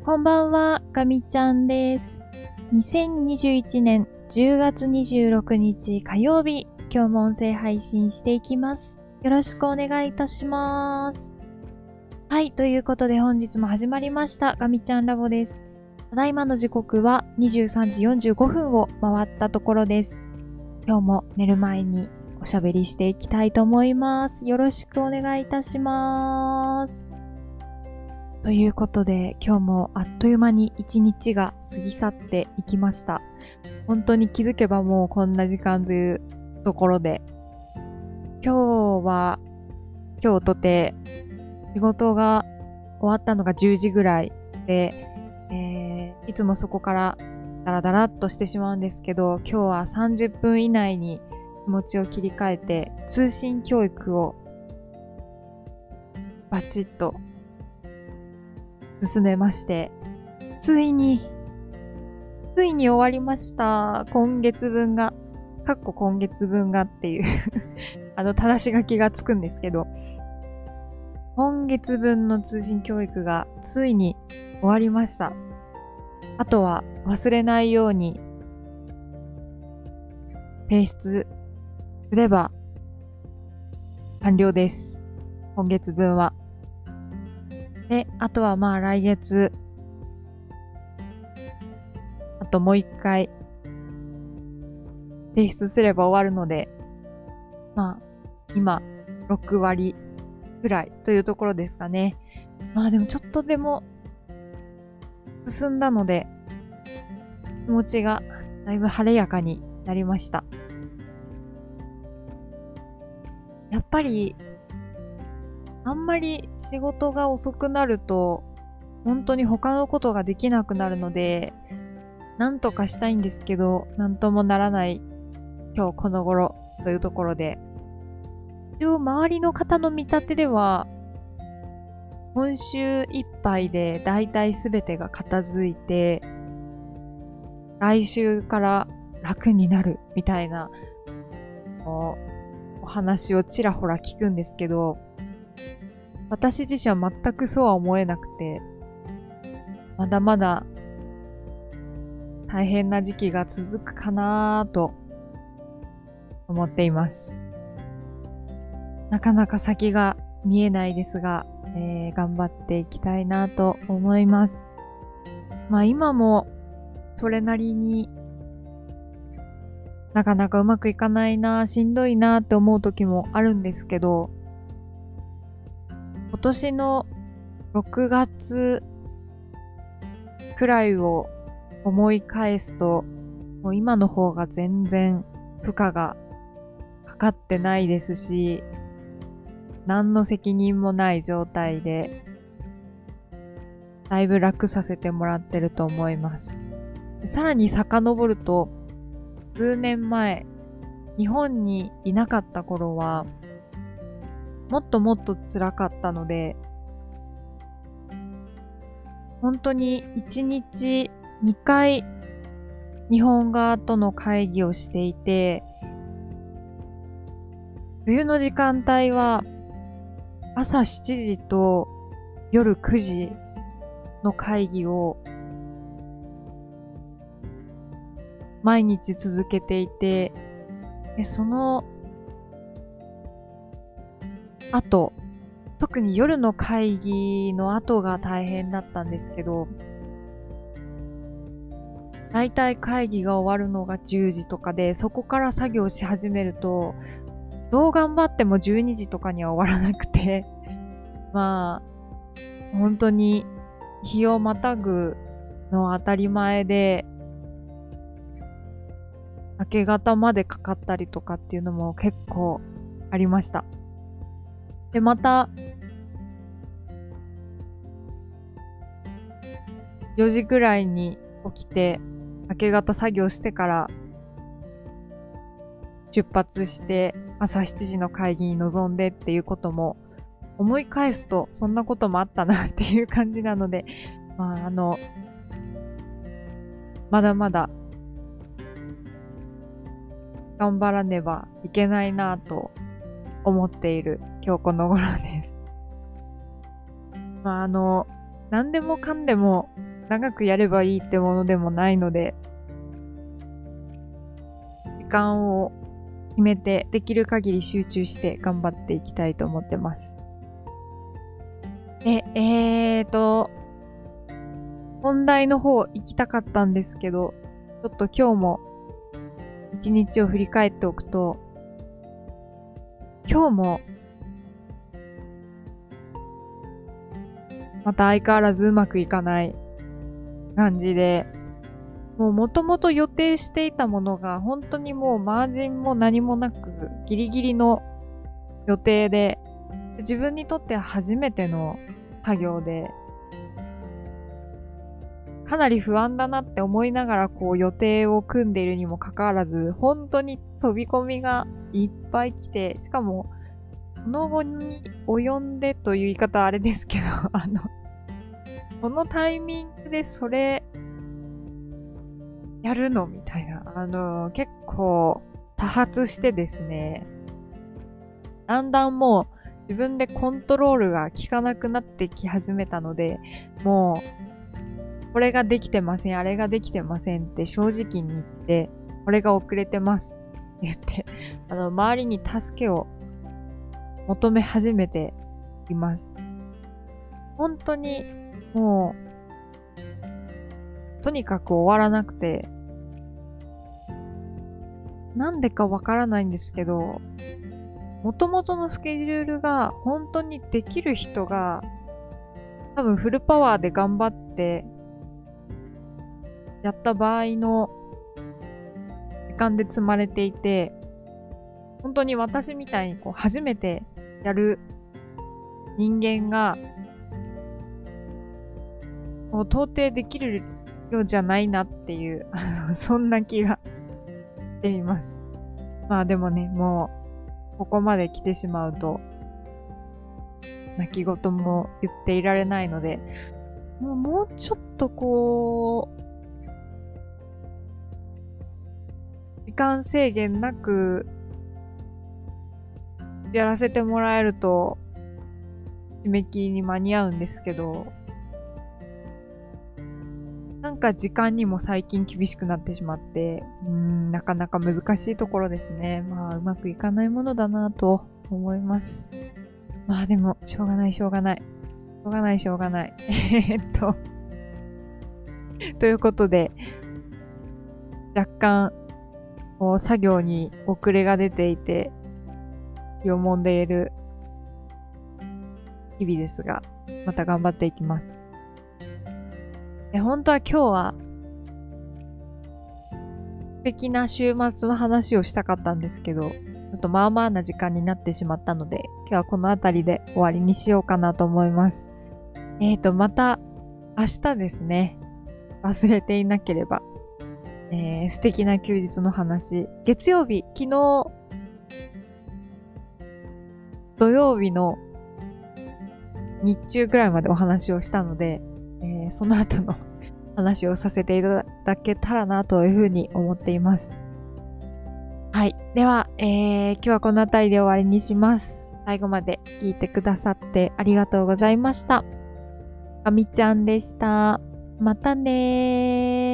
こんばんは、ガミちゃんです。2021年10月26日火曜日、今日も音声配信していきます。よろしくお願いいたします。はい、ということで本日も始まりました、ガミちゃんラボです。ただいまの時刻は23時45分を回ったところです。今日も寝る前におしゃべりしていきたいと思います。よろしくお願いいたします。ということで、今日もあっという間に一日が過ぎ去っていきました。本当に気づけばもうこんな時間というところで、今日とて仕事が終わったのが10時ぐらいで、いつもそこからダラダラっとしてしまうんですけど、今日は30分以内に気持ちを切り替えて通信教育をバチッと進めまして、ついに終わりました。今月分がっていう正し書きがつくんですけど、今月分の通信教育がついに終わりました。あとは忘れないように提出すれば完了です。今月分は。で、あとは来月、あともう一回提出すれば終わるので、今6割くらいというところですかね。でもちょっとでも進んだので、気持ちがだいぶ晴れやかになりました。やっぱりあんまり仕事が遅くなると、本当に他のことができなくなるので、なんとかしたいんですけど、なんともならない今日この頃というところで、一応周りの方の見立てでは、今週いっぱいでだいたいすべてが片付いて、来週から楽になるみたいなお話をちらほら聞くんですけど、私自身は全くそうは思えなくて、まだまだ大変な時期が続くかなぁと思っています。なかなか先が見えないですが、頑張っていきたいなと思います。今もそれなりになかなかうまくいかないな、しんどいなって思う時もあるんですけど、今年の6月くらいを思い返すと、もう今の方が全然負荷がかかってないですし、何の責任もない状態で、だいぶ楽させてもらってると思います。さらに遡ると、数年前、日本にいなかった頃は、もっともっと辛かったので、本当に1日2回日本側との会議をしていて、冬の時間帯は朝7時と夜9時の会議を毎日続けていて、その後、特に夜の会議の後が大変だったんですけど、だいたい会議が終わるのが10時とかで、そこから作業し始めると、どう頑張っても12時とかには終わらなくて、本当に日をまたぐのは当たり前で、明け方までかかったりとかっていうのも結構ありました。で、また、4時くらいに起きて、明け方作業してから出発して朝7時の会議に臨んでっていうことも思い返すとそんなこともあったなっていう感じなので、まだまだ頑張らねばいけないなと思っている今日この頃です。何でもかんでも長くやればいいってものでもないので、時間を決めてできる限り集中して頑張っていきたいと思ってます。で、本題の方行きたかったんですけど、ちょっと今日も一日を振り返っておくと、今日もまた相変わらずうまくいかない感じで、もともと予定していたものが本当にもうマージンも何もなくギリギリの予定で、自分にとっては初めての作業で、かなり不安だなって思いながらこう予定を組んでいるにもかかわらず、本当に飛び込みがいっぱい来て、しかもその後に及んでという言い方はあれですけど、このタイミングでそれやるのみたいな、結構多発してですね、だんだんもう自分でコントロールが効かなくなってき始めたので、もうこれができてません、あれができてませんって正直に言って、これが遅れてますって言って、周りに助けを求め始めています。本当にもう、とにかく終わらなくて、なんでかわからないんですけど、元々のスケジュールが本当にできる人が、多分フルパワーで頑張ってやった場合の時間で積まれていて、本当に私みたいにこう初めてやる人間がもう到底できるようじゃないなっていう、そんな気がしています。まあでもね、もうここまで来てしまうと、泣き言も言っていられないので、もうちょっとこう、時間制限なくやらせてもらえると、締め切りに間に合うんですけど、なんか時間にも最近厳しくなってしまって、なかなか難しいところですね。まあ、うまくいかないものだなと思います。まあでも、しょうがない。しょうがない。ということで、若干、こう、作業に遅れが出ていて、気を揉んでいる日々ですが、また頑張っていきます。本当は今日は素敵な週末の話をしたかったんですけど、ちょっとまあまあな時間になってしまったので、今日はこの辺りで終わりにしようかなと思います。また明日ですね、忘れていなければ、素敵な休日の話、月曜日、昨日、土曜日の日中ぐらいまでお話をしたので、その後の話をさせていただけたらなというふうに思っています。はい。では、今日はこの辺りで終わりにします。最後まで聞いてくださってありがとうございました。かみちゃんでした。またねー。